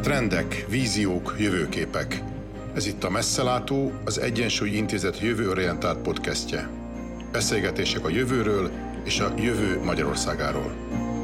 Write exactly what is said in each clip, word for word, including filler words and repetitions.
Trendek, víziók, jövőképek. Ez itt a Messzelátó, az Egyensúly Intézet jövőorientált podcastje. Beszélgetések a jövőről és a jövő Magyarországáról.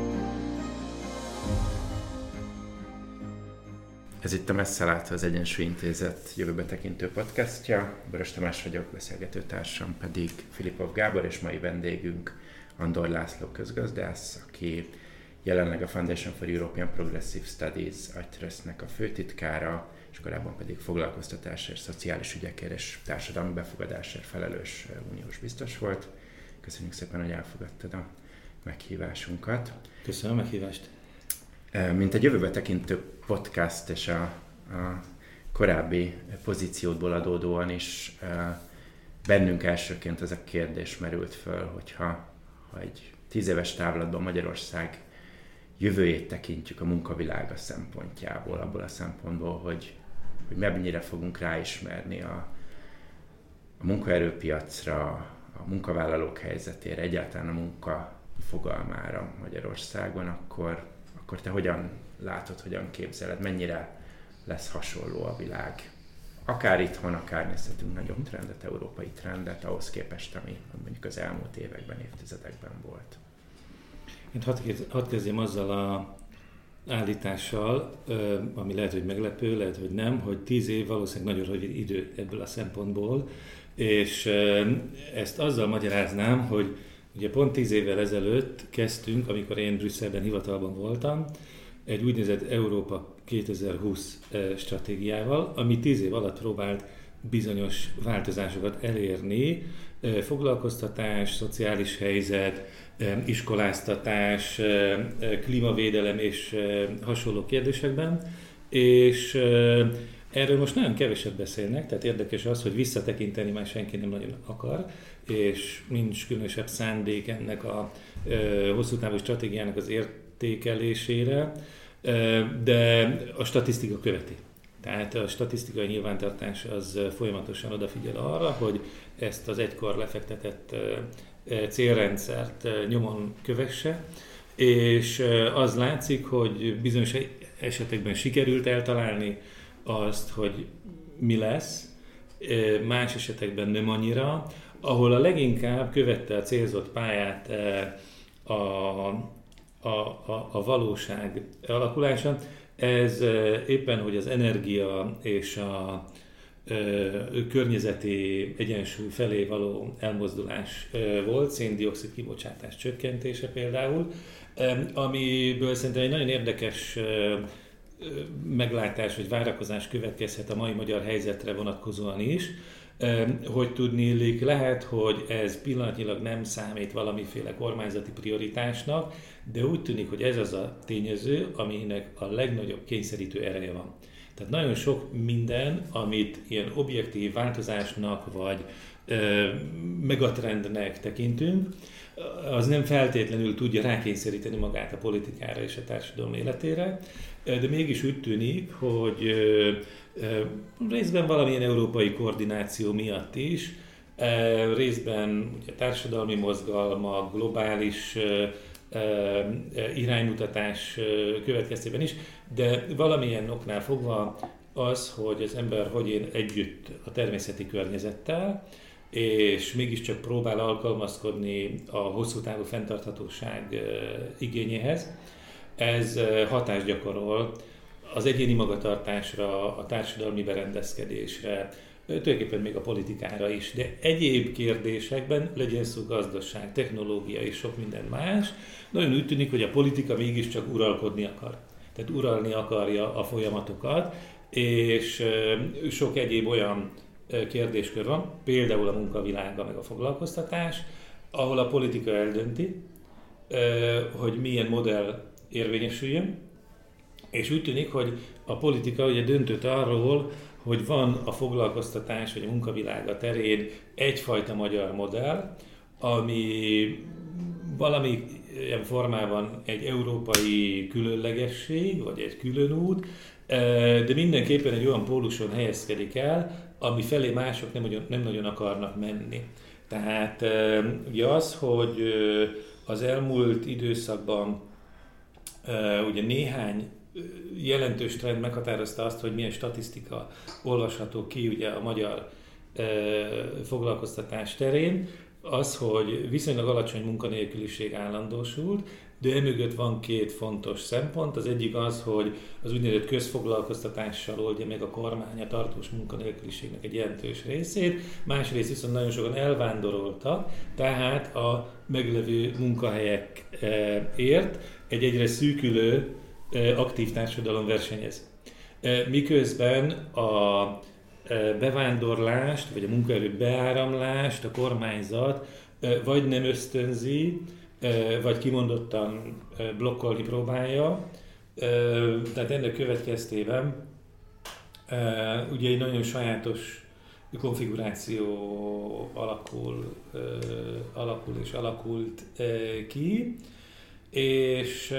Ez itt a Messzelátó, az Egyensúly Intézet jövőbe tekintő podcastja. Börös Tamás vagyok, beszélgető társam pedig Filipov Gábor, és mai vendégünk Andor László közgazdász, aki jelenleg a Foundation for European Progressive Studies agytrösztnek a főtitkára, és korábban pedig foglalkoztatásért, szociális ügyekért és társadalmi befogadásért felelős uniós biztos volt. Köszönjük szépen, hogy elfogadtad a meghívásunkat. Köszönöm a meghívást. Mint egy jövőbe tekintő podcast és a, a korábbi pozíciódból adódóan is bennünk elsőként ez a kérdés merült föl, hogyha ha egy tíz éves távlatban Magyarország jövőjét tekintjük a munkavilága szempontjából, abból a szempontból, hogy, hogy mennyire fogunk ráismerni a, a munkaerőpiacra, a munkavállalók helyzetére, egyáltalán a munka fogalmára Magyarországon, akkor, akkor te hogyan látod, hogyan képzeled, mennyire lesz hasonló a világ? Akár itthon, akár nézhetünk nagyobb trendet, európai trendet, ahhoz képest, ami mondjuk az elmúlt években, évtizedekben volt. Én hadd kezdjem azzal a állítással, ami lehet, hogy meglepő, lehet, hogy nem, hogy tíz év valószínűleg nagyon rövid idő ebből a szempontból, és ezt azzal magyaráznám, hogy ugye pont tíz évvel ezelőtt kezdtünk, amikor én Brüsszelben hivatalban voltam, egy úgynevezett Európa kétezer-húsz stratégiával, ami tíz év alatt próbált bizonyos változásokat elérni, foglalkoztatás, szociális helyzet, iskoláztatás, klímavédelem és hasonló kérdésekben, és erről most nagyon keveset beszélnek, tehát érdekes az, hogy visszatekinteni már senki nem nagyon akar, és nincs különösebb szándék ennek a hosszú távú stratégiának az értékelésére, de a statisztika követi. Tehát a statisztikai nyilvántartás az folyamatosan odafigyel arra, hogy ezt az egykor lefektetett célrendszert nyomon kövesse, és az látszik, hogy bizonyos esetekben sikerült eltalálni azt, hogy mi lesz, más esetekben nem annyira, ahol a leginkább követte a célzott pályát a, a, a, a valóság alakulása. Ez éppen, hogy az energia és a környezeti egyensúly felé való elmozdulás volt, szén-dioxid kibocsátás csökkentése például, amiből szerintem egy nagyon érdekes meglátás vagy várakozás következhet a mai magyar helyzetre vonatkozóan is, hogy tudniillik lehet, hogy ez pillanatnyilag nem számít valamiféle kormányzati prioritásnak, de úgy tűnik, hogy ez az a tényező, aminek a legnagyobb kényszerítő ereje van. Tehát nagyon sok minden, amit ilyen objektív változásnak vagy ö, megatrendnek tekintünk, az nem feltétlenül tudja rákényszeríteni magát a politikára és a társadalom életére, de mégis úgy tűnik, hogy ö, ö, részben valamilyen európai koordináció miatt is, ö, részben ugye, társadalmi mozgalmak, globális ö, iránymutatás következtében is, de valamilyen oknál fogva az, hogy az ember hogy él együtt a természeti környezettel, és mégiscsak próbál alkalmazkodni a hosszú távú fenntarthatóság igényéhez, ez hatást gyakorol az egyéni magatartásra, a társadalmi berendezkedésre, tulajdonképpen még a politikára is, de egyéb kérdésekben, legyen szó gazdaság, technológia és sok minden más, nagyon úgy tűnik, hogy a politika mégiscsak uralkodni akar. Tehát uralni akarja a folyamatokat, és sok egyéb olyan kérdéskör van, például a munkavilága meg a foglalkoztatás, ahol a politika eldönti, hogy milyen modell érvényesüljön, és úgy tűnik, hogy a politika ugye döntött arról, hogy van a foglalkoztatás vagy a munkavilága terén egyfajta magyar modell, ami valamilyen formában egy európai különlegesség, vagy egy külön út, de mindenképpen egy olyan póluson helyezkedik el, ami felé mások nem nagyon, nem nagyon akarnak menni. Tehát ugye az, hogy az elmúlt időszakban ugye néhány jelentős trend meghatározta azt, hogy milyen statisztika olvasható ki ugye a magyar foglalkoztatás terén, az, hogy viszonylag alacsony munkanélküliség állandósult, de emögött van két fontos szempont. Az egyik az, hogy az úgynevezett közfoglalkoztatással oldja meg a kormány a tartós munkanélküliségnek egy jelentős részét, másrészt viszont nagyon sokan elvándoroltak, tehát a meglevő munkahelyekért egy egyre szűkülő aktív társadalom versenyez. Miközben a bevándorlást, vagy a munkaerő beáramlást a kormányzat vagy nem ösztönzi, vagy kimondottan blokkolni próbálja. Tehát ennek következtében ugye egy nagyon sajátos konfiguráció alakul, alakul és alakult ki, és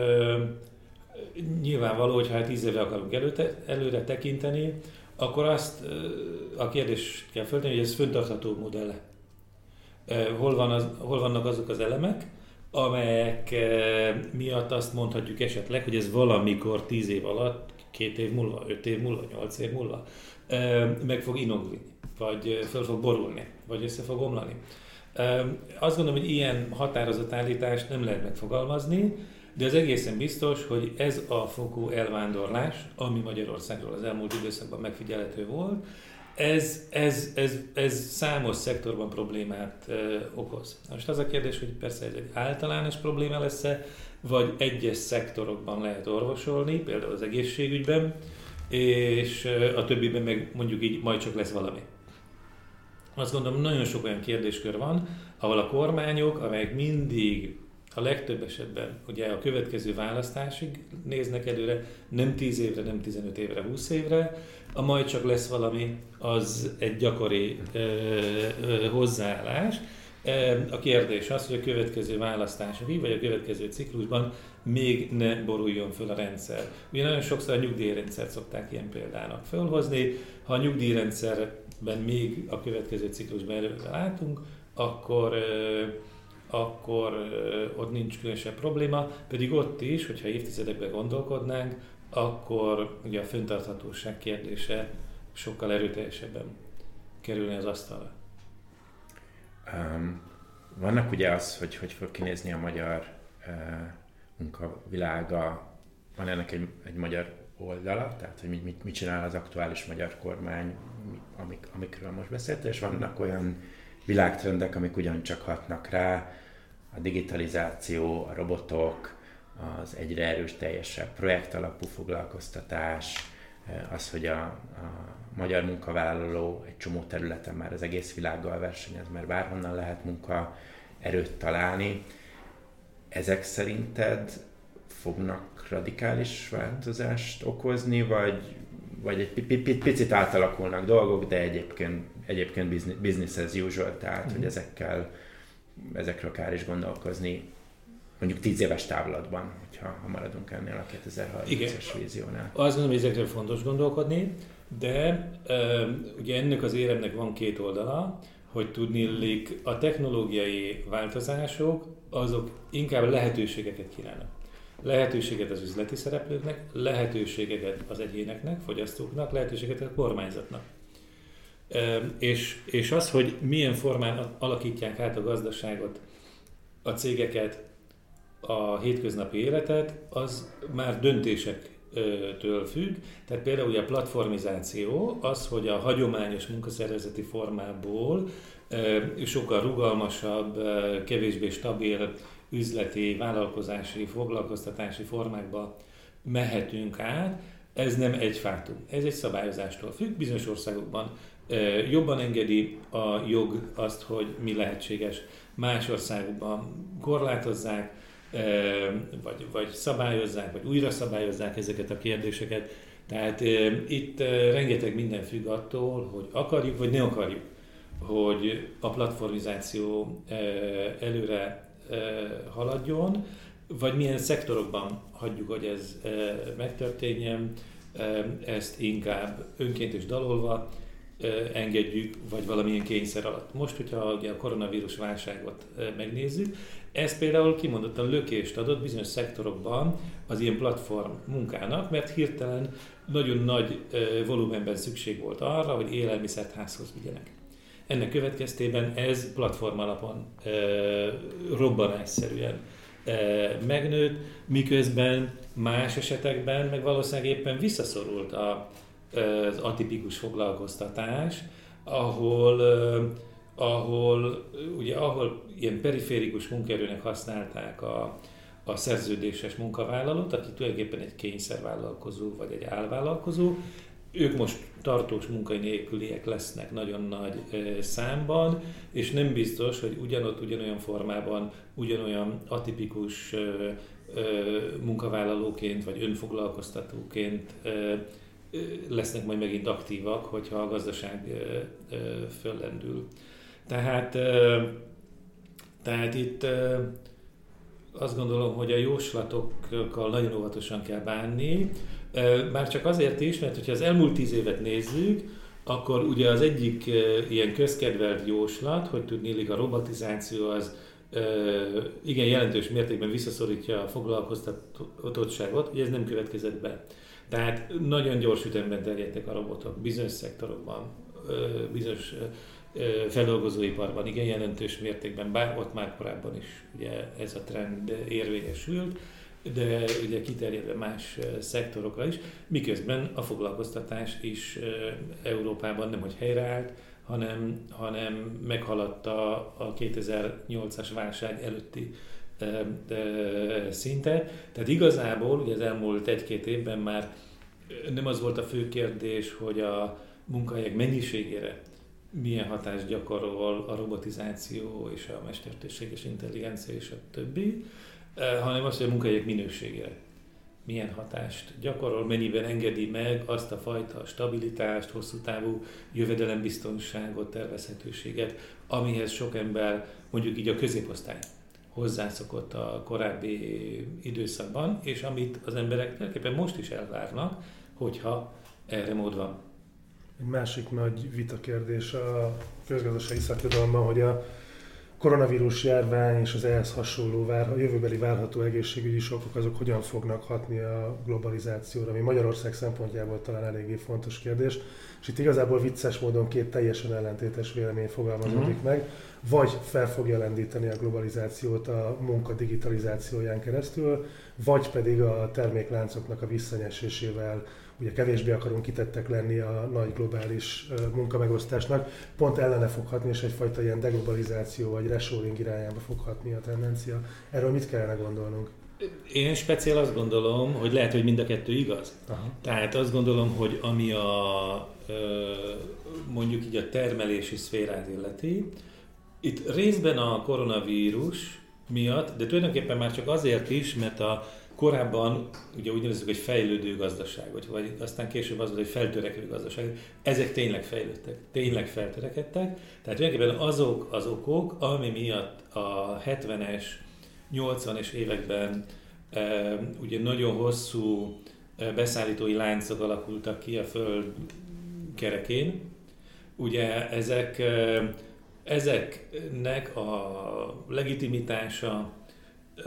nyilvánvaló, hogy ha tíz évre akarunk előte, előre tekinteni, akkor azt a kérdést kell föltenni, hogy ez fenntartható modell. Hol, van az, hol vannak azok az elemek, amelyek miatt azt mondhatjuk esetleg, hogy ez valamikor tíz év alatt, két év múlva, öt év múlva, nyolc év múlva meg fog inogni, vagy föl fog borulni, vagy össze fog omlani. Azt gondolom, hogy ilyen határozott állítást nem lehet megfogalmazni, de az egészen biztos, hogy ez a fokú elvándorlás, ami Magyarországról az elmúlt időszakban megfigyelhető volt, ez, ez, ez, ez számos szektorban problémát ö, okoz. Most az a kérdés, hogy persze ez egy általános probléma lesz-e, vagy egyes szektorokban lehet orvosolni, például az egészségügyben, és ö, a többiben meg mondjuk így majd csak lesz valami. Azt gondolom, nagyon sok olyan kérdéskör van, ahol a kormányok, amelyek mindig a legtöbb esetben ugye a következő választásig néznek előre, nem tíz évre, nem tizenöt évre, húsz évre, a majd csak lesz valami, az egy gyakori ö, ö, hozzáállás. A kérdés az, hogy a következő választásokig, vagy a következő ciklusban még ne boruljon föl a rendszer. Ugye nagyon sokszor a nyugdíjrendszert szokták ilyen példának fölhozni. Ha a nyugdíjrendszerben még a következő ciklusban előre látunk, akkor ö, akkor ö, ott nincs különösebb probléma, pedig ott is, hogyha évtizedekben gondolkodnánk, akkor ugye a fenntarthatóság kérdése sokkal erőteljesebben kerülne az asztalra. Um, vannak ugye az, hogy hogy fog kinézni a magyar uh, munkavilága, van ennek egy, egy magyar oldala, tehát hogy mit, mit csinál az aktuális magyar kormány, amik, amikről most beszéltél, és vannak olyan világtrendek, amik ugyancsak hatnak rá, a digitalizáció, a robotok, az egyre erős, teljesebb projektalapú foglalkoztatás, az, hogy a, a magyar munkavállaló egy csomó területen már az egész világgal versenyez, mert bárhonnan lehet munkaerőt találni. Ezek szerinted fognak radikális változást okozni, vagy, vagy egy picit átalakulnak dolgok, de egyébként, egyébként business as usual, tehát mm. hogy ezekkel, ezekről kár is gondolkozni, mondjuk tíz éves távlatban, hogyha ha maradunk ennél a kétezer-harmincas víziónál. Azt gondolom, hogy ezekről fontos gondolkodni, de uh, ugye ennek az éremnek van két oldala, hogy tudniillik a technológiai változások, azok inkább lehetőségeket kínálnak. Lehetőséget az üzleti szereplőknek, lehetőségeket az egyéneknek, fogyasztóknak, lehetőséget a kormányzatnak. Uh, és, és az, hogy milyen formán alakítják át a gazdaságot, a cégeket, a hétköznapi életet, az már döntésektől függ. Tehát például ugye a platformizáció az, hogy a hagyományos munkaszervezeti formából sokkal rugalmasabb, kevésbé stabil üzleti, vállalkozási, foglalkoztatási formákba mehetünk át. Ez nem egy faktum, ez egy szabályozástól függ. Bizonyos országokban jobban engedi a jog azt, hogy mi lehetséges. Más országokban korlátozzák, vagy, vagy szabályozzák, vagy újra szabályozzák ezeket a kérdéseket. Tehát e, itt e, rengeteg minden függ attól, hogy akarjuk, vagy ne akarjuk, hogy a platformizáció e, előre e, haladjon, vagy milyen szektorokban hagyjuk, hogy ez e, megtörténjen, e, ezt inkább önként és dalolva engedjük, vagy valamilyen kényszer alatt. Most, hogyha ugye a koronavírus válságot megnézzük, ez például kimondottan lökést adott bizonyos szektorokban az ilyen platform munkának, mert hirtelen nagyon nagy volumenben szükség volt arra, hogy élelmiszert házhoz vigyenek. Ennek következtében ez platform alapon robbanásszerűen megnőtt, miközben más esetekben meg valószínűleg éppen visszaszorult a, az atipikus foglalkoztatás, ahol, ahol, ugye, ahol ilyen periférikus munkaerőnek használták a, a szerződéses munkavállalót, aki tulajdonképpen egy kényszervállalkozó vagy egy álvállalkozó. Ők most tartós munkai nélküliek lesznek nagyon nagy számban, és nem biztos, hogy ugyanott, ugyanolyan formában, ugyanolyan atipikus munkavállalóként vagy önfoglalkoztatóként lesznek majd megint aktívak, hogyha a gazdaság föllendül. Tehát, tehát itt azt gondolom, hogy a jóslatokkal nagyon óvatosan kell bánni, már csak azért is, mert hogyha az elmúlt tíz évet nézzük, akkor ugye az egyik ilyen közkedvelt jóslat, hogy tudnélik a robotizáció az igen jelentős mértékben visszaszorítja a foglalkoztatottságot, ugye ez nem következett be. Tehát nagyon gyors ütemben terjedtek a robotok bizonyos szektorokban, bizonyos feldolgozóiparban igen jelentős mértékben, bár ott már korábban is ugye ez a trend érvényesült, de ugye kiterjedve más szektorokra is, miközben a foglalkoztatás is Európában nem hogy helyreállt, hanem, hanem meghaladta a kétezer-nyolcas válság előtti szintet. Tehát igazából ugye az elmúlt egy-két évben már nem az volt a fő kérdés, hogy a munkahelyek mennyiségére milyen hatást gyakorol a robotizáció és a mesterséges intelligencia és a többi, hanem az, hogy a munkahelyek minőségére milyen hatást gyakorol, mennyiben engedi meg azt a fajta stabilitást, hosszú távú jövedelembiztonságot, tervezhetőséget, amihez sok ember, mondjuk így a középosztály hozzászokott a korábbi időszakban, és amit az emberek tulajdonképpen most is elvárnak, hogyha erre mód van. Egy másik nagy vitakérdés a közgazdasági szakirodalomban, hogy a koronavírus járvány és az ehhez hasonló vár, a jövőbeli várható egészségügyi sokkok azok hogyan fognak hatni a globalizációra, ami Magyarország szempontjából talán eléggé fontos kérdés. És itt igazából vicces módon két teljesen ellentétes vélemény fogalmazódik mm. meg. Vagy fel fogja lendíteni a globalizációt a munka digitalizációján keresztül, vagy pedig a termékláncoknak a visszanyesésével, ugye kevésbé akarunk kitettek lenni a nagy globális munkamegosztásnak, pont ellene fog hatni, és egyfajta ilyen deglobalizáció vagy reshoring irányába fog hatni a tendencia. Erről mit kellene gondolnunk? Én speciál azt gondolom, hogy lehet, hogy mind a kettő igaz. Aha. Tehát azt gondolom, hogy ami a mondjuk így a termelési szférát illeti, itt részben a koronavírus miatt, de tulajdonképpen már csak azért is, mert a korábban ugye úgy nevezzük, hogy fejlődő gazdaság, vagy aztán később az volt, hogy feltörekvő gazdaság. Ezek tényleg fejlődtek, tényleg feltörekedtek. Tehát tulajdonképpen azok az okok, ami miatt a hetvenes, nyolcvanas években e, ugye nagyon hosszú e, beszállítói láncok alakultak ki a föld kerekén. Ugye ezek, e, ezeknek a legitimitása e,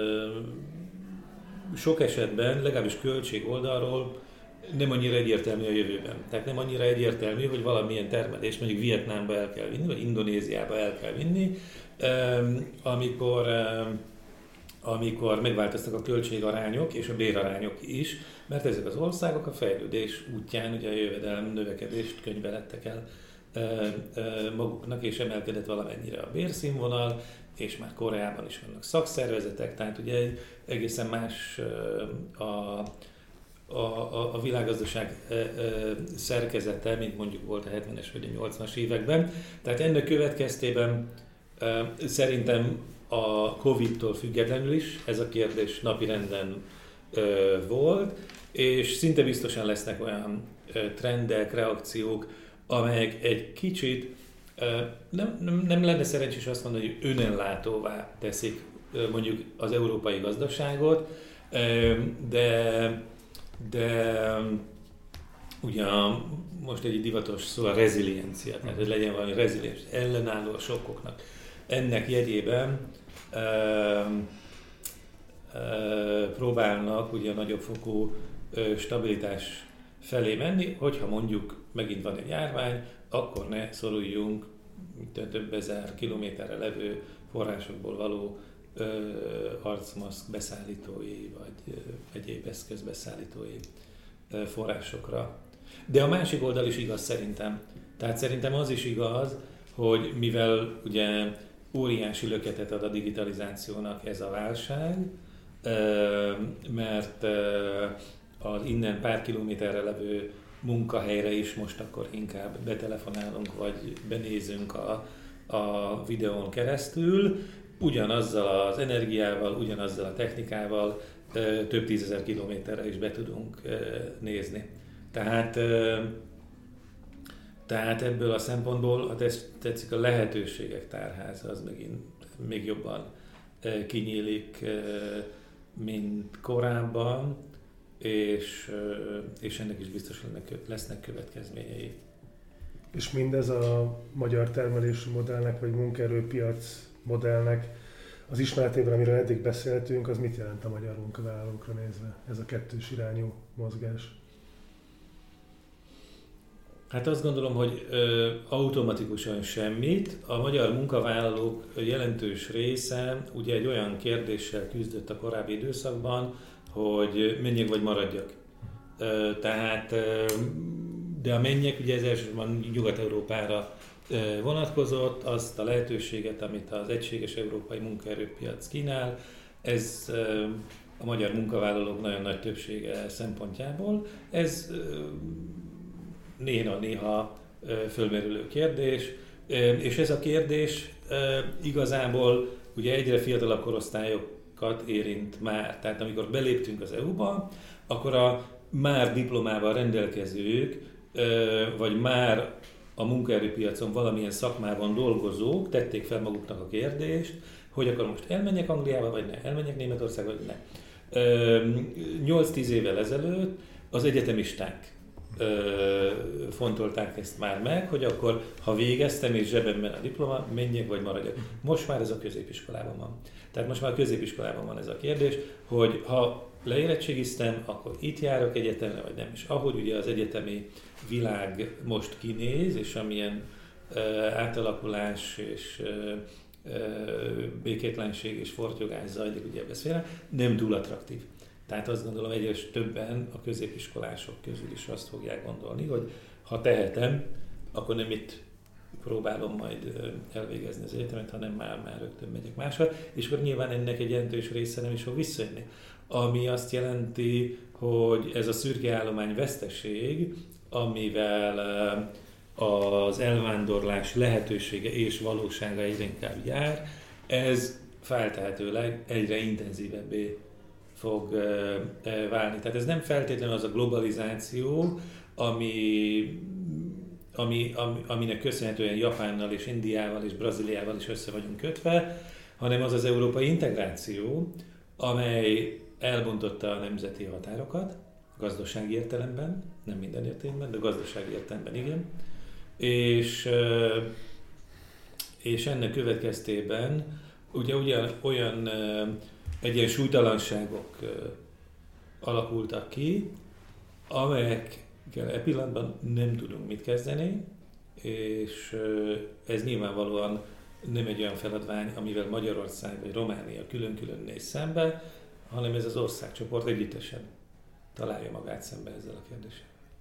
sok esetben, legalábbis költség oldalról nem annyira egyértelmű a jövőben. Tehát nem annyira egyértelmű, hogy valamilyen termelést mondjuk Vietnámba el kell vinni, vagy Indonéziába el kell vinni, amikor, amikor megváltoztak a költségarányok és a bérarányok is, mert ezek az országok a fejlődés útján ugye a jövedelem növekedést könyvelettek el maguknak, és emelkedett valamennyire a bérszínvonal, és már Koreában is vannak szakszervezetek, tehát ugye egy egészen más a, a, a világgazdaság szerkezete, mint mondjuk volt a hetvenes vagy a nyolcvanas években. Tehát ennek következtében szerintem a Covid-tól függetlenül is ez a kérdés napirenden volt, és szinte biztosan lesznek olyan trendek, reakciók, amelyek egy kicsit Nem, nem, nem lenne szerencsés azt mondani, hogy önellátóvá teszik mondjuk az európai gazdaságot, de, de ugye a, most egy divatos szó a reziliencia, tehát hogy legyen valami reziliens, ellenálló a sokkoknak. Ennek jegyében ö, ö, próbálnak ugye a nagyobb fokú ö, stabilitás felé menni, hogyha mondjuk megint van egy járvány, akkor ne szoruljunk több ezer kilométerre levő forrásokból való ö, arcmaszk beszállítói, vagy ö, egyéb eszközbeszállítói ö, forrásokra. De a másik oldal is igaz szerintem. Tehát szerintem az is igaz, hogy mivel ugye óriási löketet ad a digitalizációnak ez a válság, ö, mert ö, az innen pár kilométerre levő munkahelyre is most akkor inkább betelefonálunk, vagy benézünk a, a videón keresztül, ugyanazzal az energiával, ugyanazzal a technikával több tízezer kilométerre is be tudunk nézni. Tehát, tehát ebből a szempontból, ha tetszik, a lehetőségek tárháza az megint még jobban kinyílik, mint korábban, és, és ennek is biztos lesznek következményei. És mindez a magyar termelési modellnek, vagy munkaerőpiac modellnek az ismeretében, amiről eddig beszéltünk, az mit jelent a magyar munkavállalókra nézve, ez a kettős irányú mozgás? Hát azt gondolom, hogy ö, automatikusan semmit. A magyar munkavállalók jelentős része ugye egy olyan kérdéssel küzdött a korábbi időszakban, hogy menjek vagy maradjak. Ö, tehát, ö, de a menjek ugye ez elsősorban Nyugat-Európára ö, vonatkozott, azt a lehetőséget, amit az egységes európai munkaerőpiac kínál, ez ö, a magyar munkavállalók nagyon nagy többsége szempontjából, ez ö, néha-néha fölmerülő kérdés, és ez a kérdés igazából ugye egyre fiatalabb korosztályokat érint már. Tehát amikor beléptünk az é u-ba, akkor a már diplomával rendelkezők, vagy már a munkaerőpiacon valamilyen szakmában dolgozók tették fel maguknak a kérdést, hogy akkor most elmenjek Angliába, vagy ne, elmenjek Németországba, vagy ne. nyolc-tíz évvel ezelőtt az egyetemisták Ö, fontolták ezt már meg, hogy akkor, ha végeztem és zsebemben a diploma, menjek vagy maradjak. Most már ez a középiskolában van. Tehát most már a középiskolában van ez a kérdés, hogy ha leérettségiztem, akkor itt járok egyetemre, vagy nem. És ahogy ugye az egyetemi világ most kinéz, és amilyen ö, átalakulás és ö, ö, békétlenség és fortyogás zajlik ugye beszélve, nem túl attraktív. Tehát azt gondolom, egyre többen a középiskolások közül is azt fogják gondolni, hogy ha tehetem, akkor nem itt próbálom majd elvégezni az egyetemet, hanem már, már rögtön megyek másra, és akkor nyilván ennek egy jelentős része nem is fog visszajönni. Ami azt jelenti, hogy ez a szürke állomány veszteség, amivel az elvándorlás lehetősége és valósága egyre inkább jár, ez feltehetőleg egyre intenzívebbé fog válni. Tehát ez nem feltétlenül az a globalizáció, ami, ami, ami, aminek köszönhetően Japánnal és Indiával és Brazíliával is össze vagyunk kötve, hanem az az európai integráció, amely elbontotta a nemzeti határokat, gazdasági értelemben, nem minden értelemben, de gazdasági értelemben igen, és, és ennek következtében ugye ugyan, olyan egyensúlytalanságok alakultak ki, amelyekkel e pillanatban nem tudunk mit kezdeni, és ez nyilvánvalóan nem egy olyan feladvány, amivel Magyarország vagy Románia külön-külön néz szembe, hanem ez az országcsoport együttesen találja magát szembe ezzel a kérdéssel.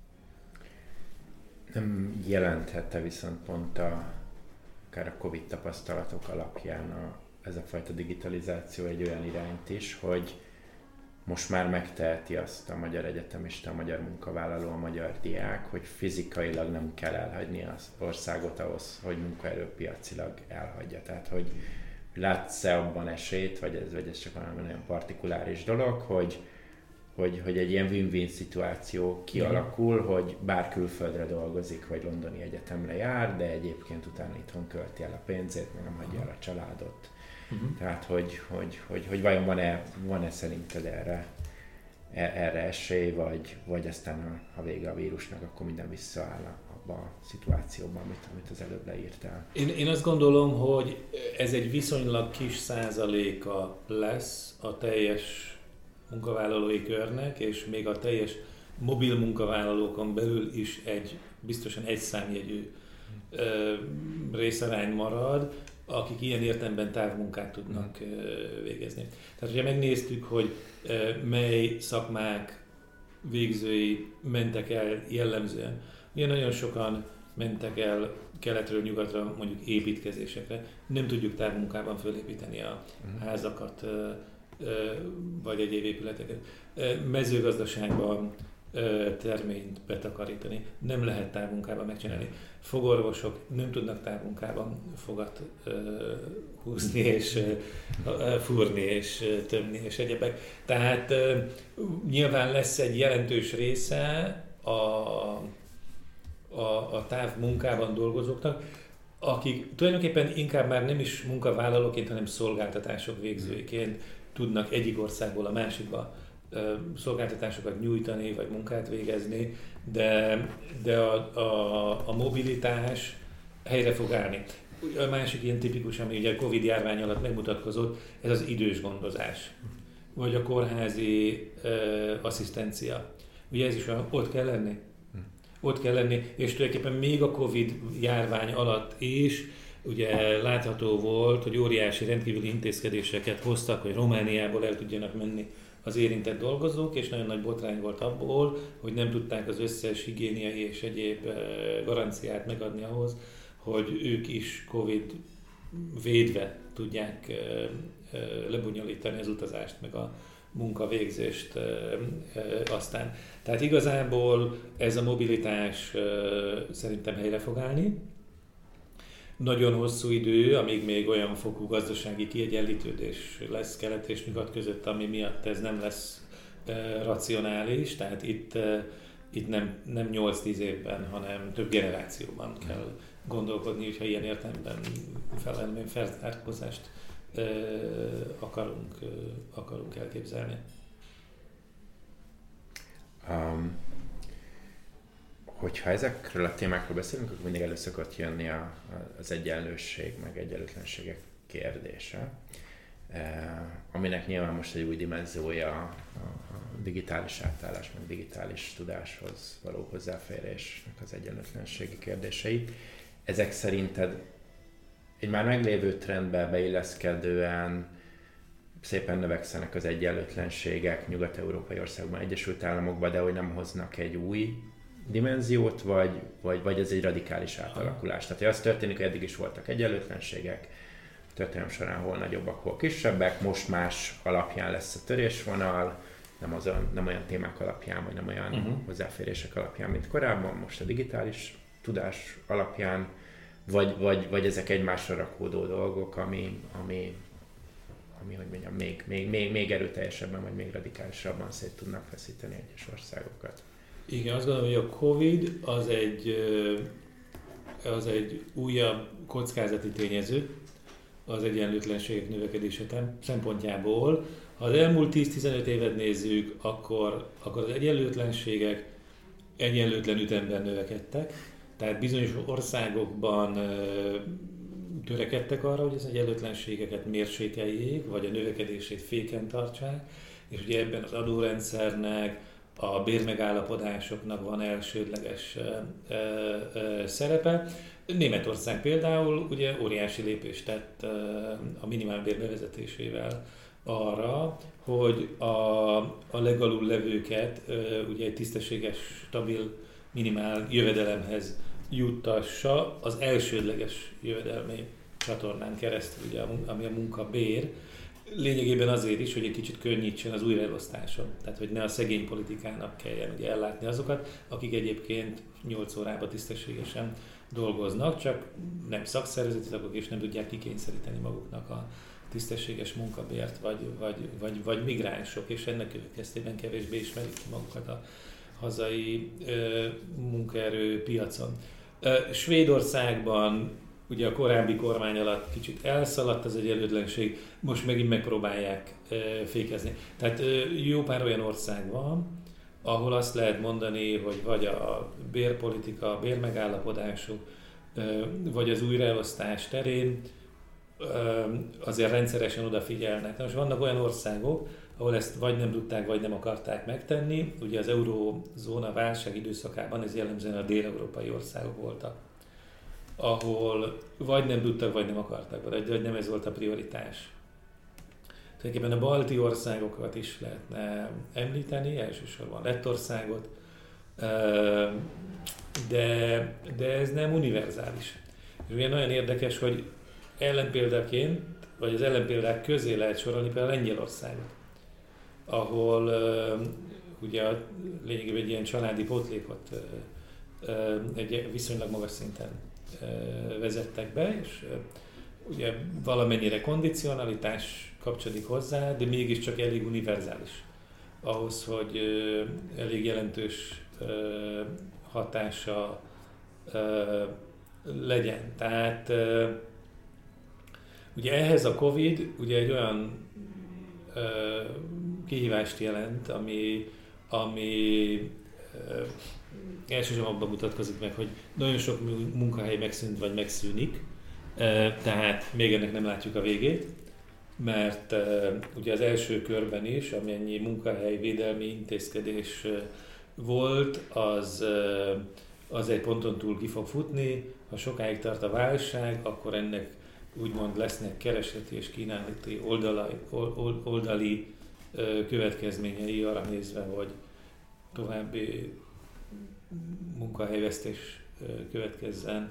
Nem jelenthette viszont pont a, akár a Covid tapasztalatok alapján a ez a fajta digitalizáció egy olyan irányt is, hogy most már megteheti azt a magyar egyetemista, a magyar munkavállaló, a magyar diák, hogy fizikailag nem kell elhagyni az országot ahhoz, hogy munkaerőpiacilag elhagyja. Tehát, hogy látsz-e abban esélyt, vagy ez, vagy ez csak valami nagyon partikuláris dolog, hogy, hogy, hogy egy ilyen win-win szituáció kialakul, mm. hogy bár külföldre dolgozik, vagy londoni egyetemre jár, de egyébként utána itthon költi el a pénzét, meg nem hagyja el a családot. Uh-huh. Tehát, hogy, hogy, hogy, hogy vajon van-e, van-e szerinted erre erre esély, vagy, vagy aztán a, a vége a vírusnak, akkor minden visszaáll abban a szituációban, amit, amit az előbb leírtál. Én, én azt gondolom, hogy ez egy viszonylag kis százaléka lesz a teljes munkavállalói körnek, és még a teljes mobil munkavállalókon belül is egy biztosan egy számjegyű ö, részarány marad, akik ilyen értelemben távmunkát tudnak ö, végezni. Tehát, hogyha megnéztük, hogy ö, mely szakmák végzői mentek el jellemzően, ugye nagyon sokan mentek el keletről nyugatra, mondjuk építkezésekre, nem tudjuk távmunkában fölépíteni a házakat, ö, ö, vagy egyéb épületeket. Mezőgazdaságban terményt betakarítani, nem lehet távmunkában megcsinálni. Fogorvosok nem tudnak távmunkában fogat uh, húzni és uh, fúrni és uh, tömni és egyebek. Tehát uh, nyilván lesz egy jelentős része a, a, a távmunkában dolgozóknak, akik tulajdonképpen inkább már nem is munkavállalóként, hanem szolgáltatások végzőiként tudnak egyik országból a másikba szolgáltatásokat nyújtani, vagy munkát végezni, de, de a, a, a mobilitás helyre fog állni. A másik ilyen tipikus, ami ugye a Covid járvány alatt megmutatkozott, ez az idős gondozás, vagy a kórházi ö, asszisztencia. Ugye ez is olyan, ott kell lenni. Ott kell lenni, és tulajdonképpen még a Covid járvány alatt is ugye látható volt, hogy óriási rendkívüli intézkedéseket hoztak, hogy Romániából el tudjanak menni az érintett dolgozók, és nagyon nagy botrány volt abból, hogy nem tudták az összes higiéniai és egyéb garanciát megadni ahhoz, hogy ők is Covid védve tudják lebonyolítani az utazást, meg a munkavégzést aztán. Tehát igazából ez a mobilitás szerintem helyre fog állni. Nagyon hosszú idő, amíg még olyan fokú gazdasági kiegyenlítődés lesz kelet és nyugat között, ami miatt ez nem lesz e, racionális, tehát itt, e, itt nem, nem nyolc-tíz évben, hanem több generációban kell gondolkodni, hogyha ilyen értelemben felelően felzárkózást e, akarunk, e, akarunk elképzelni. Um. Hogyha ezekről a témákról beszélünk, akkor mindig elő szokott jönni a, az egyenlőség, meg egyenlőtlenségek kérdése, eh, aminek nyilván most egy új dimenziója a, a digitális átállás, meg digitális tudáshoz való hozzáférésnek az egyenlőtlenségi kérdései. Ezek szerinted egy már meglévő trendbe beilleszkedően szépen növekszenek az egyenlőtlenségek nyugat-európai országban, Egyesült Államokban, de hogy nem hoznak egy új dimenziót, vagy, vagy, vagy ez egy radikális átalakulás. Tehát az történik, hogy eddig is voltak egyenlőtlenségek, történelem során hol nagyobbak, hol kisebbek, most más alapján lesz a törésvonal, nem, az olyan, nem olyan témák alapján, vagy nem olyan uh-huh. hozzáférések alapján, mint korábban, most a digitális tudás alapján, vagy, vagy, vagy ezek egymásra rakódó dolgok, ami, ami, ami hogy mondjam, még, még, még, még erőteljesebben, vagy még radikálisabban szét tudnak feszíteni egyes országokat. Igen, azt gondolom, hogy a Covid az egy, az egy újabb kockázati tényező az egyenlőtlenségek növekedése szempontjából. Ha az elmúlt tíz-tizenöt évet nézzük, akkor, akkor az egyenlőtlenségek egyenlőtlen ütemben növekedtek. Tehát bizonyos országokban törekedtek arra, hogy az egyenlőtlenségeket mérsékeljék, vagy a növekedését féken tartsák, és ugye ebben az adórendszernek, a bérmegállapodásoknak van elsődleges ö, ö, szerepe. Németország például ugye óriási lépést tett ö, a minimálbér bevezetésével arra, hogy a, a legalul levőket ö, ugye egy tisztességes, stabil, minimál jövedelemhez juttassa az elsődleges jövedelmi csatornán keresztül, ugye, ami a munkabér. Lényegében azért is, hogy egy kicsit könnyítsen az újraelosztáson. Tehát, hogy ne a szegény politikának kelljen ugye ellátni azokat, akik egyébként nyolc órában tisztességesen dolgoznak, csak nem szakszervezeti tagok, és nem tudják kikényszeríteni maguknak a tisztességes munkabért, vagy, vagy, vagy, vagy migránsok, és ennek következtében kevésbé ismerik ki magukat a hazai ö, munkaerőpiacon. Ö, Svédországban ugye a korábbi kormány alatt kicsit elszaladt az egyenlőtlenség, most megint megpróbálják fékezni. Tehát jó pár olyan ország van, ahol azt lehet mondani, hogy vagy a bérpolitika, a bérmegállapodások, vagy az újraelosztás terén azért rendszeresen odafigyelnek. Most vannak olyan országok, ahol ezt vagy nem tudták, vagy nem akarták megtenni. Ugye az eurózóna válság időszakában ez jellemzően a dél-európai országok voltak, ahol vagy nem tudtak, vagy nem akartak, vagy nem ez volt a prioritás. Tulajdonképpen a balti országokat is lehetne említeni, elsősorban Lettországot, de, de ez nem univerzális. És ugye nagyon érdekes, hogy ellenpéldaként, vagy az ellenpéldák közé lehet sorolni például Lengyelországot, ahol ugye lényegében egy ilyen családi pótlékot egy viszonylag magas szinten vezettek be, és ugye valamennyire kondicionalitás kapcsolódik hozzá, de mégiscsak elég univerzális ahhoz, hogy elég jelentős hatása legyen. Tehát ugye ehhez a Covid ugye egy olyan kihívást jelent, ami, ami elsősorban abban mutatkozik meg, hogy nagyon sok munkahely megszűnt vagy megszűnik, tehát még ennek nem látjuk a végét, mert ugye az első körben is, amennyi munkahely védelmi intézkedés volt, az, az egy ponton túl ki fog futni. Ha sokáig tart a válság, akkor ennek úgymond lesznek keresleti és kínálati oldali, oldali következményei arra nézve, hogy további munkahelyvesztés következzen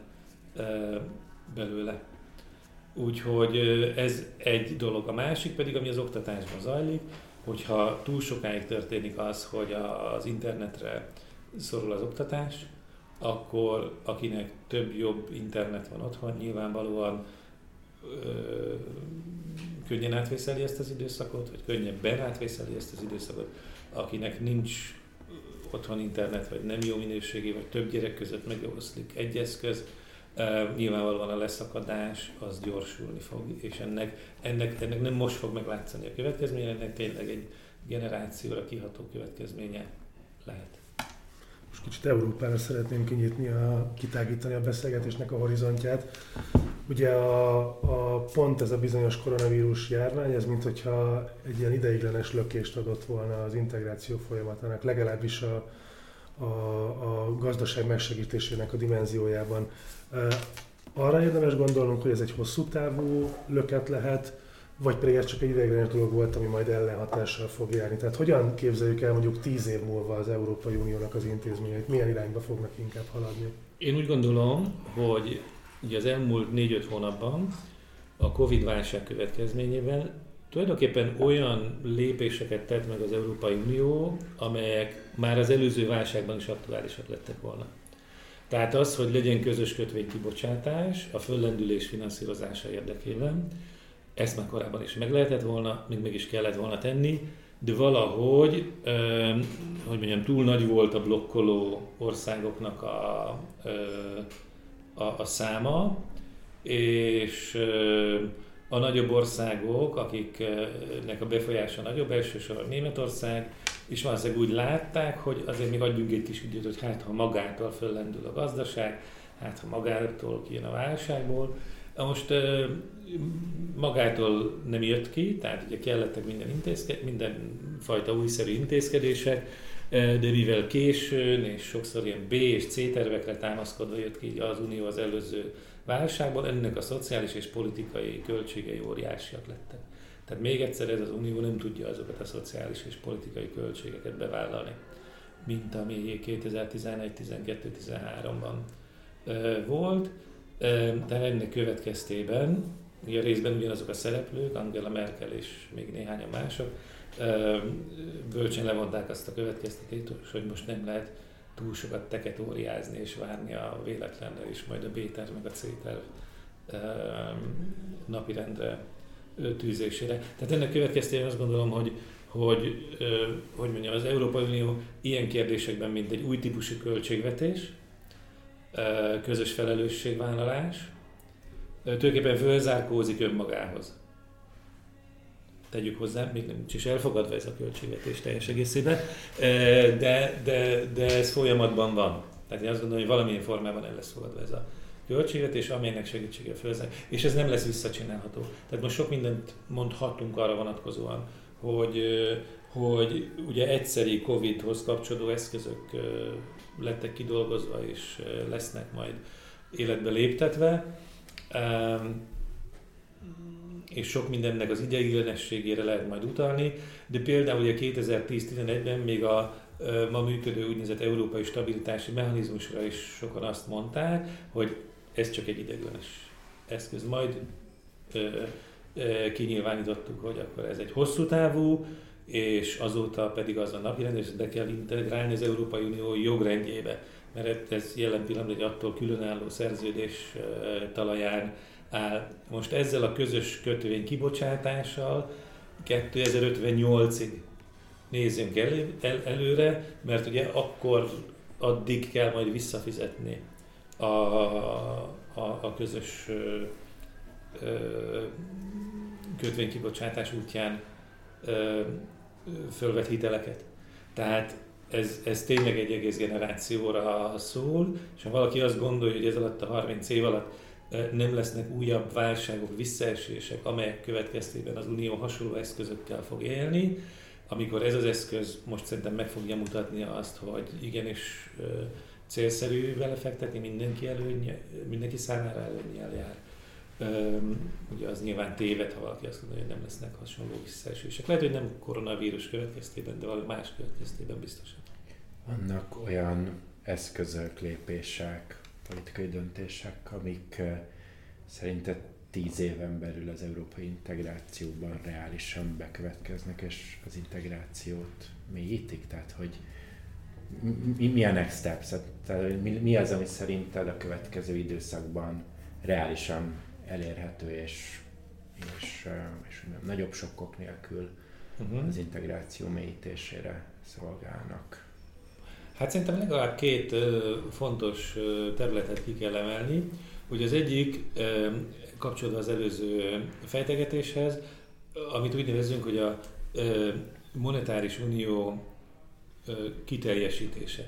belőle. Úgyhogy ez egy dolog. A másik pedig, ami az oktatásban zajlik, hogyha túl sokáig történik az, hogy az internetre szorul az oktatás, akkor akinek több jobb internet van otthon, nyilvánvalóan ö, könnyen átvészeli ezt az időszakot, vagy könnyebben átvészeli ezt az időszakot. Akinek nincs otthon internet, vagy nem jó minőségi, vagy több gyerek között megoszlik egy eszköz, Uh, nyilvánvalóan a leszakadás az gyorsulni fog, és ennek, ennek, ennek nem most fog meglátszani a következménye, ennek tényleg egy generációra kiható következménye lehet. Most kicsit Európára szeretném kinyitni, a, kitágítani a beszélgetésnek a horizontját. Ugye a, a pont ez a bizonyos koronavírus járvány, ez minthogyha egy ilyen ideiglenes lökést adott volna az integráció folyamatának, legalábbis a, a, a gazdaság megsegítésének a dimenziójában. Arra érdemes gondolnunk, hogy ez egy hosszú távú löket lehet, vagy pedig ez csak egy ideiglenes dolog volt, ami majd ellenhatással fog járni. Tehát hogyan képzeljük el mondjuk tíz év múlva az Európai Uniónak az intézményeit, milyen irányba fognak inkább haladni? Én úgy gondolom, hogy ugye az elmúlt négy-öt hónapban a Covid-válság következményében tulajdonképpen olyan lépéseket tett meg az Európai Unió, amelyek már az előző válságban is aktuálisak lettek volna. Tehát az, hogy legyen közös kötvénykibocsátás a föllendülés finanszírozása érdekében, ezt már korábban is meg lehetett volna, még meg is kellett volna tenni, de valahogy, eh, hogy mondjam, túl nagy volt a blokkoló országoknak a, a, a száma, és eh, a nagyobb országok, akiknek a befolyása nagyobb, elsősorban Németország, és valószínűleg úgy látták, hogy azért még adjunk egy kis időt, hogy hát ha magától föllendül a gazdaság, hát ha magától kijön a válságból. Most magától nem jött ki, tehát ugye kellettek minden intézke, mindenfajta újszerű intézkedések, de mivel későn és sokszor ilyen B és C tervekre támaszkodva jött ki az Unió az előző válságból, ennek a szociális és politikai költségei óriásiak lettek. Tehát még egyszer ez az Unió nem tudja azokat a szociális és politikai költségeket bevállalni, mint ami kétezer-tizenegy, tizenkettő, tizenháromban volt. Tehát ennek következtében, ugye részben ugyanazok a szereplők, Angela Merkel és még néhányan mások, bölcsen levonták azt a következtetést, hogy most nem lehet túl sokat teketóriázni és várni a véletlenre, és majd a B-terv meg a C-terv napirendre tűzésére. Tehát ennek következtében azt gondolom, hogy, hogy, hogy mondjam, az Európai Unió ilyen kérdésekben, mint egy új típusú költségvetés, közös felelősségvállalás, tulajdonképpen fölzárkózik önmagához. Tegyük hozzá, még nem is elfogadva ez a költségvetés teljes egészében, de, de, de ez folyamatban van. Tehát én azt gondolom, hogy valamilyen formában el lesz fogadva ez a költségvetés, amelynek segítsége fölzár. És ez nem lesz visszacsinálható. Tehát most sok mindent mondhatunk arra vonatkozóan, hogy, hogy ugye egyszeri Covidhoz kapcsolódó eszközök lettek kidolgozva és lesznek majd életbe léptetve. És sok mindennek az ideiglenességére lehet majd utalni, de például ugye kétezer-tíz-tizenegyben még a ma működő úgynevezett európai stabilitási mechanizmusra is sokan azt mondták, hogy ez csak egy ideiglenes eszköz. Majd ö, ö, kinyilvánítottuk, hogy akkor ez egy hosszú távú, és azóta pedig az a napirend, és be kell integrálni az Európai Unió jogrendjébe, mert ez jelen pillanatban egy attól különálló szerződés talaján áll. Most ezzel a közös kötvény kibocsátással kétezer-ötvennyolcig nézzünk el, el, előre, mert ugye akkor addig kell majd visszafizetni a, a, a közös ö, ö, kötvénykibocsátás útján ö, fölvett hiteleket. Tehát ez, ez tényleg egy egész generációra szól, és ha valaki azt gondolja, hogy ez alatt a harminc év alatt nem lesznek újabb válságok, visszaesések, amelyek következtében az Unió hasonló eszközökkel fog élni, amikor ez az eszköz most szerintem meg fogja mutatni azt, hogy igenis célszerű vele fektetni, mindenki, előnye, mindenki számára előnnyel jár. Ugye az nyilván téved, ha valaki azt mondja, hogy nem lesznek hasonló visszaesések. Lehet, hogy nem koronavírus következtében, de valami más következtében biztosan. Vannak olyan eszközök, lépések, politikai döntések, amik szerinted tíz éven belül az európai integrációban reálisan bekövetkeznek, és az integrációt mélyítik? Tehát, hogy mi, mi a next steps? Tehát, mi, mi az, ami szerinted a következő időszakban reálisan elérhető, és, és, és nagyobb sokkok nélkül uh-huh. az integráció mélyítésére szolgálnak? Hát szerintem legalább két ö, fontos ö, területet ki kell emelni. Ugye az egyik ö, kapcsolódva az előző fejtegetéshez, amit úgy nevezünk, hogy a ö, monetáris unió ö, kiteljesítése.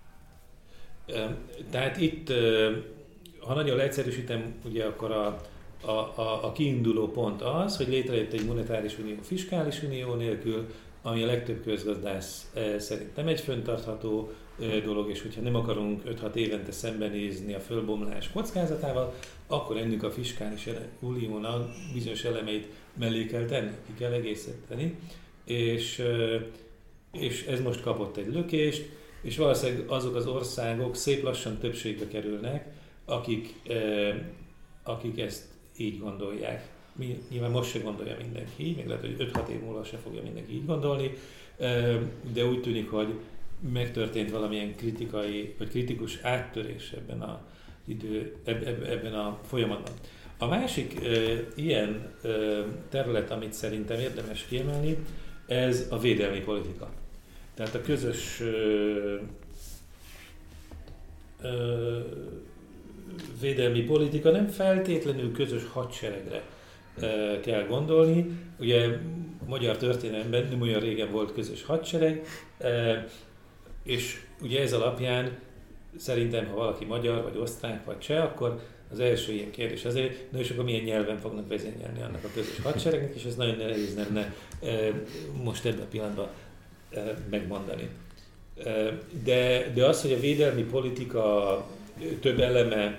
Ö, tehát itt, ö, ha nagyon leegyszerűsítem, ugye akkor a, a, a, a kiinduló pont az, hogy létrejött egy monetáris unió fiskális unió nélkül, ami a legtöbb közgazdász szerint nem egy fenntartható dolog, és hogyha nem akarunk öt-hat évente szembenézni a fölbomlás kockázatával, akkor ennek a fiskális uniónak bizonyos elemeit mellé kell tenni, ki kell egészíteni, és, és ez most kapott egy lökést, és valószínűleg azok az országok szép lassan többségbe kerülnek, akik, akik ezt így gondolják. Mi, nyilván most se gondolja mindenki, még lehet, hogy öt-hat év múlva se fogja mindenki így gondolni, de úgy tűnik, hogy megtörtént valamilyen kritikai, vagy kritikus áttörés ebben a, idő, ebben a folyamatban. A másik ilyen terület, amit szerintem érdemes kiemelni, ez a védelmi politika. Tehát a közös védelmi politika nem feltétlenül közös hadseregre kell gondolni. Ugye a magyar történelemben nem olyan régen volt közös hadsereg, és ugye ez alapján szerintem, ha valaki magyar, vagy osztrák, vagy cseh, akkor az első ilyen kérdés azért, na és akkor milyen nyelven fognak vezényelni annak a közös hadseregnek, és ez nagyon nehéz lenne most ebben a pillanatban megmondani. De, de az, hogy a védelmi politika több eleme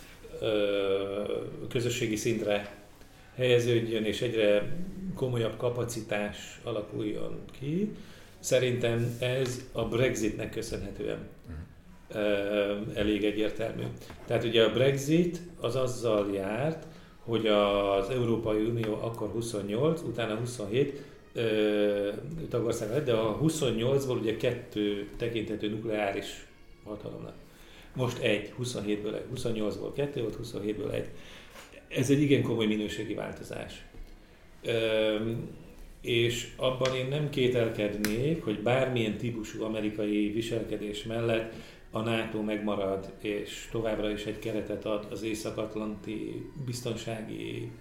közösségi szintre helyeződjön, és egyre komolyabb kapacitás alakuljon ki, szerintem ez a Brexitnek köszönhetően uh-huh. elég egyértelmű. Tehát ugye a Brexit az azzal járt, hogy az Európai Unió akkor huszonnyolc, utána huszonhét tagország lett, de a huszonnyolcból ugye kettő tekinthető nukleáris hatalomnak. Most egy, huszonhétből egy, huszonnyolcból kettő volt, huszonhétből egy. Ez egy igen komoly minőségi változás. Üm, és abban én nem kételkednék, hogy bármilyen típusú amerikai viselkedés mellett a NATO megmarad, és továbbra is egy keretet ad az észak-atlanti biztonsági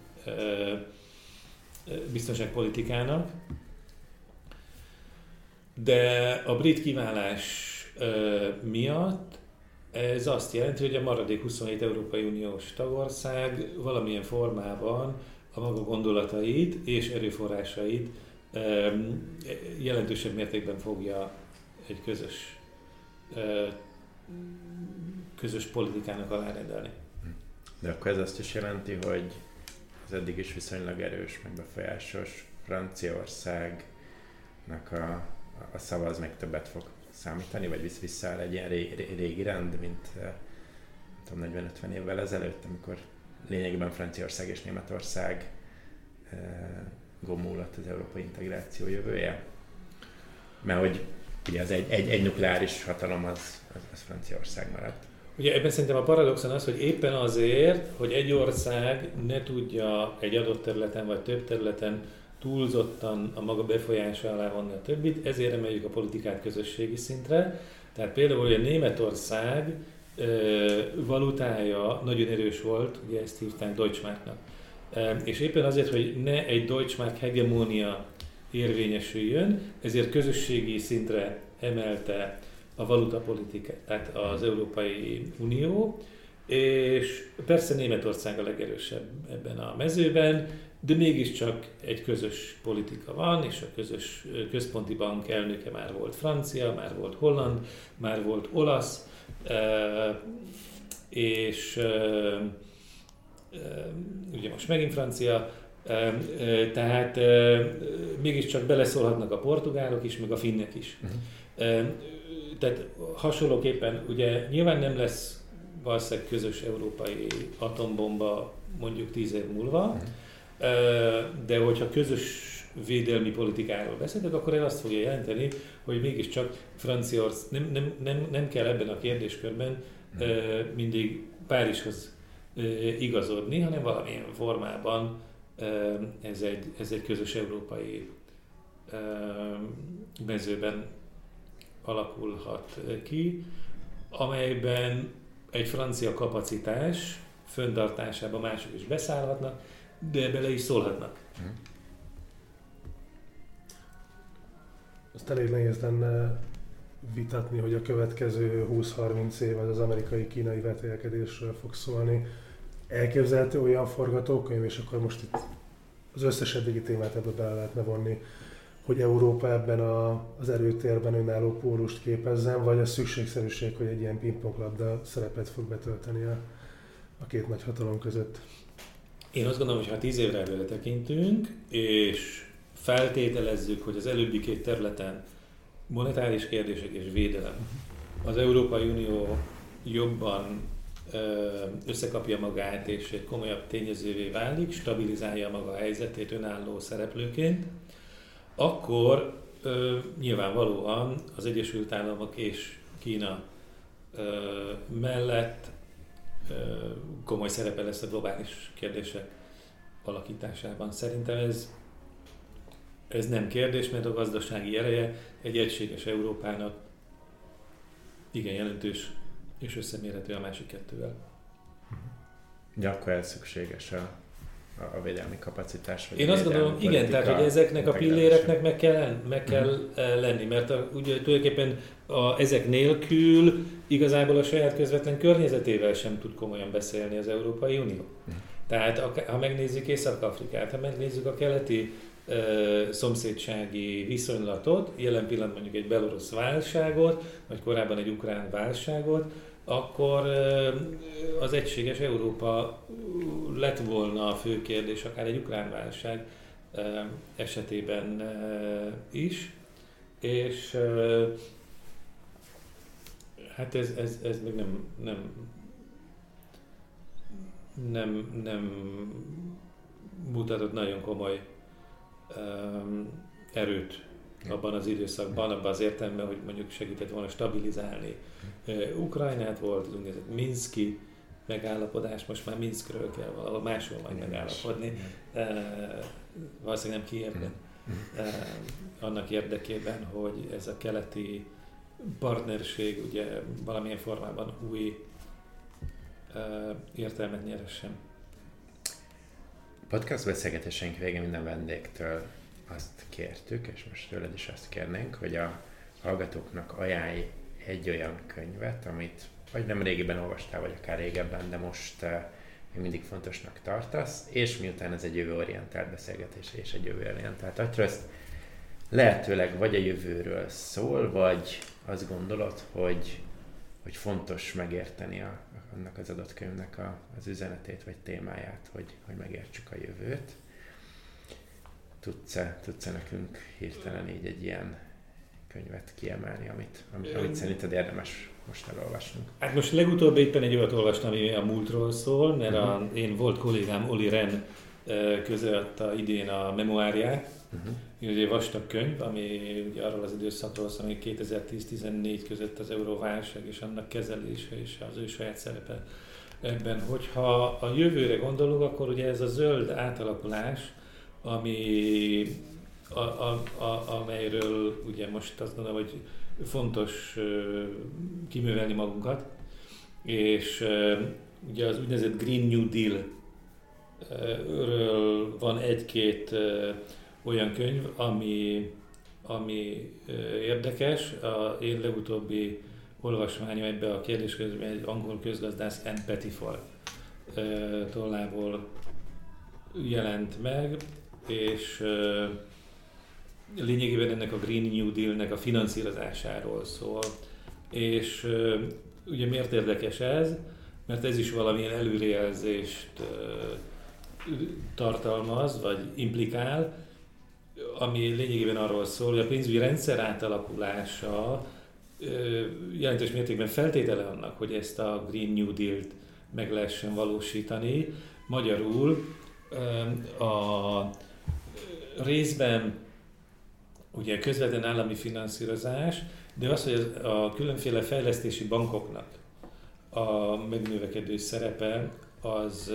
biztonságpolitikának. De a brit kiválás miatt ez azt jelenti, hogy a maradék huszonhét Európai Uniós tagország valamilyen formában a maga gondolatait és erőforrásait jelentősebb mértékben fogja egy közös, közös politikának alárendelni. De akkor ez azt is jelenti, hogy az eddig is viszonylag erős, meg befolyásos Franciaországnak a, a szava az még többet fog számítani, vagy visszaáll egy ilyen ré, ré, régi rend, mint tudom, negyven-ötven évvel ezelőtt, amikor lényegében Franciaország és Németország e, gomulott az európai integráció jövője. Mert hogy ugye az egy, egy, egy nukleáris hatalom az, az, az Franciaország maradt. Ugye ebben szerintem a paradoxon az, hogy éppen azért, hogy egy ország ne tudja egy adott területen vagy több területen túlzottan a maga befolyása alá vonni a többit, ezért emeljük a politikát közösségi szintre. Tehát például, hogy a Németország e, valutája nagyon erős volt, ugye ezt hívták Deutschmarknak. E, és éppen azért, hogy ne egy Deutschmark hegemónia érvényesüljön, ezért közösségi szintre emelte a valutapolitikát, tehát az Európai Unió, és persze Németország a legerősebb ebben a mezőben, de mégiscsak egy közös politika van, és a közös központi bank elnöke már volt francia, már volt holland, már volt olasz, és ugye most megint francia, tehát mégiscsak beleszólhatnak a portugálok is, meg a finnek is. Uh-huh. Tehát hasonlóképpen ugye nyilván nem lesz valószínűleg közös európai atombomba mondjuk tíz év múlva, uh-huh. De hogyha közös védelmi politikáról beszéltek, akkor ez azt fogja jelenteni, hogy mégiscsak Franciaország nem, nem, nem, nem kell ebben a kérdéskörben uh-huh. mindig Párizshoz igazodni, hanem valamilyen formában ez egy, ez egy közös európai mezőben alakulhat ki, amelyben egy francia kapacitás fenntartásába mások is beszállhatnak, de bele is szólhatnak. Hmm. Azt elég nehéz lenne vitatni, hogy a következő húsz-harminc év az az amerikai-kínai vetélkedésről fog szólni. Elképzelhető olyan forgatókönyv, és akkor most itt az összes eddigi témát ebbe bele lehetne vonni, hogy Európa ebben a, az erőtérben önálló pólust képezzen, vagy a szükségszerűség, hogy egy ilyen pingponglabda szerepet fog betölteni a, a két nagy hatalom között? Én azt gondolom, hogy ha tíz évre előre tekintünk, és feltételezzük, hogy az előbbi két területen monetáris kérdések és védelem, az Európai Unió jobban összekapja magát és egy komolyabb tényezővé válik, stabilizálja maga a helyzetét önálló szereplőként, akkor ö, nyilvánvalóan az Egyesült Államok és Kína ö, mellett ö, komoly szerepe lesz a globális kérdések alakításában. Szerintem ez, ez nem kérdés, mert a gazdasági ereje egy egységes Európának igen jelentős és összemérhető a másik kettővel. De akkor ez szükséges a, a védelmi kapacitás? Vagy Én azt gondolom, igen, tehát hogy ezeknek a pilléreknek meg kell, meg kell uh-huh. lenni, mert a, ugye tulajdonképpen a, ezek nélkül igazából a saját közvetlen környezetével sem tud komolyan beszélni az Európai Unió. Uh-huh. Tehát a, ha megnézzük Észak-Afrikát, ha megnézzük a keleti uh, szomszédsági viszonylatot, jelen pillanatban mondjuk egy belorusz válságot, vagy korábban egy ukrán válságot, akkor az egységes Európa lett volna a fő kérdés, akár egy ukrán válság esetében is, és hát ez, ez, ez még nem, nem, nem, nem mutatott nagyon komoly erőt abban az időszakban, abban az értelemben, hogy mondjuk segített volna stabilizálni Ukrajnát, volt az úgynevezett Minszki megállapodás, most már Minszkről kell valahol máshol majd megállapodni, valószínűleg nem Kijevben, annak érdekében, hogy ez a keleti partnerség ugye valamilyen formában új uh, értelmet nyeressen. Podcast beszélgetéseink végén minden vendégtől azt kértük, és most tőled is azt kérnénk, hogy a hallgatóknak ajánlj egy olyan könyvet, amit vagy nem régiben olvastál, vagy akár régebben, de most uh, még mindig fontosnak tartasz, és miután ez egy jövőorientált beszélgetés és egy jövőorientált agytröszt, lehetőleg vagy a jövőről szól, vagy azt gondolod, hogy, hogy fontos megérteni a, annak az adott könyvnek a, az üzenetét, vagy témáját, hogy, hogy megértsük a jövőt. Tudsz-e, tudsz-e nekünk hirtelen így egy ilyen könyvet kiemelni, amit, amit, amit szerinted érdemes most elolvasnunk? Hát most legutóbb éppen egy olyat olvastam, ami a múltról szól, mert uh-huh. a, én volt kollégám Oli Ren közölte idén a memoárját. Uh-huh. Ez egy vastag könyv, ami ugye arról az időszakról szól, ami kétezer-tíz-tizennégy között az euróválság és annak kezelése és az ő saját szerepe ebben. Hogyha a jövőre gondolunk, akkor ugye ez a zöld átalakulás, ami, a, a, a, amelyről ugye most azt gondolom, hogy fontos uh, kiművelni magunkat, és uh, ugye az úgynevezett Green New Deal ről van egy-két uh, olyan könyv, ami, ami uh, érdekes. A én legutóbbi olvasmányom ebbe a kérdésközben egy angol közgazdász Ann Pettifor uh, tollából jelent meg, és uh, lényegében ennek a Green New Deal-nek a finanszírozásáról szól. És uh, ugye miért érdekes ez? Mert ez is valamilyen előrejelzést uh, tartalmaz, vagy implikál, ami lényegében arról szól, hogy a pénzügyi rendszer átalakulása uh, jelentős mértékben feltétele annak, hogy ezt a Green New Deal-t meg lehessen valósítani. Magyarul uh, a részben ugye közvetlen állami finanszírozás, de az, hogy a különféle fejlesztési bankoknak a megnövekedő szerepe az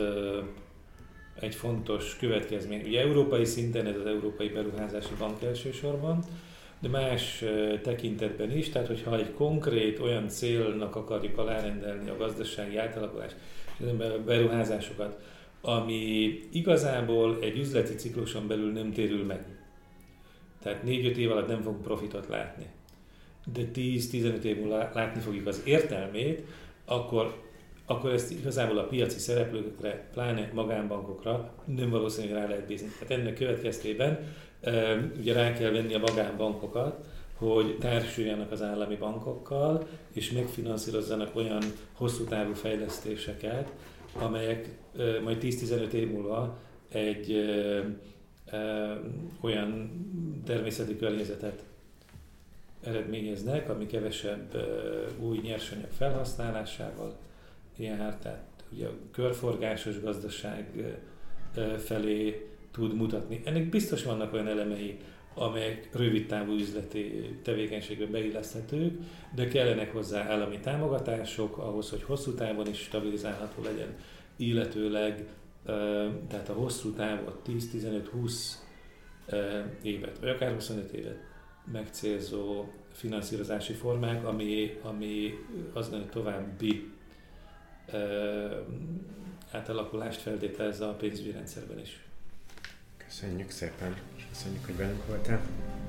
egy fontos következmény. Ugye európai szinten ez az Európai Beruházási Bank elsősorban, de más tekintetben is, tehát hogyha egy konkrét olyan célnak akarjuk alárendelni a gazdasági átalakulást, és a beruházásokat, ami igazából egy üzleti cikluson belül nem térül meg. Tehát négy-öt év alatt nem fogunk profitot látni. De tíz-tizenöt év múlva látni fogjuk az értelmét, akkor, akkor ezt igazából a piaci szereplőkre, pláne magánbankokra nem valószínűleg rá lehet bízni. Tehát ennek következtében ugye rá kell venni a magánbankokat, hogy társuljanak az állami bankokkal, és megfinanszírozzanak olyan hosszú távú fejlesztéseket, amelyek majd tíz-tizenöt év múlva egy ö, ö, olyan természeti környezetet eredményeznek, ami kevesebb ö, új nyersanyag felhasználásával jár, tehát ugye a körforgásos gazdaság ö, felé tud mutatni. Ennek biztos vannak olyan elemei, amelyek rövid távú üzleti tevékenységbe beilleszthetők, de kellenek hozzá állami támogatások ahhoz, hogy hosszú távon is stabilizálható legyen, illetőleg tehát a hosszú távot tíz-tizenöt-húsz évet, vagy akár huszonöt évet megcélzó finanszírozási formák, ami, ami azt gondolom, további átalakulást feltételez a pénzügyi rendszerben is. Köszönjük szépen, és köszönjük, hogy velünk voltál.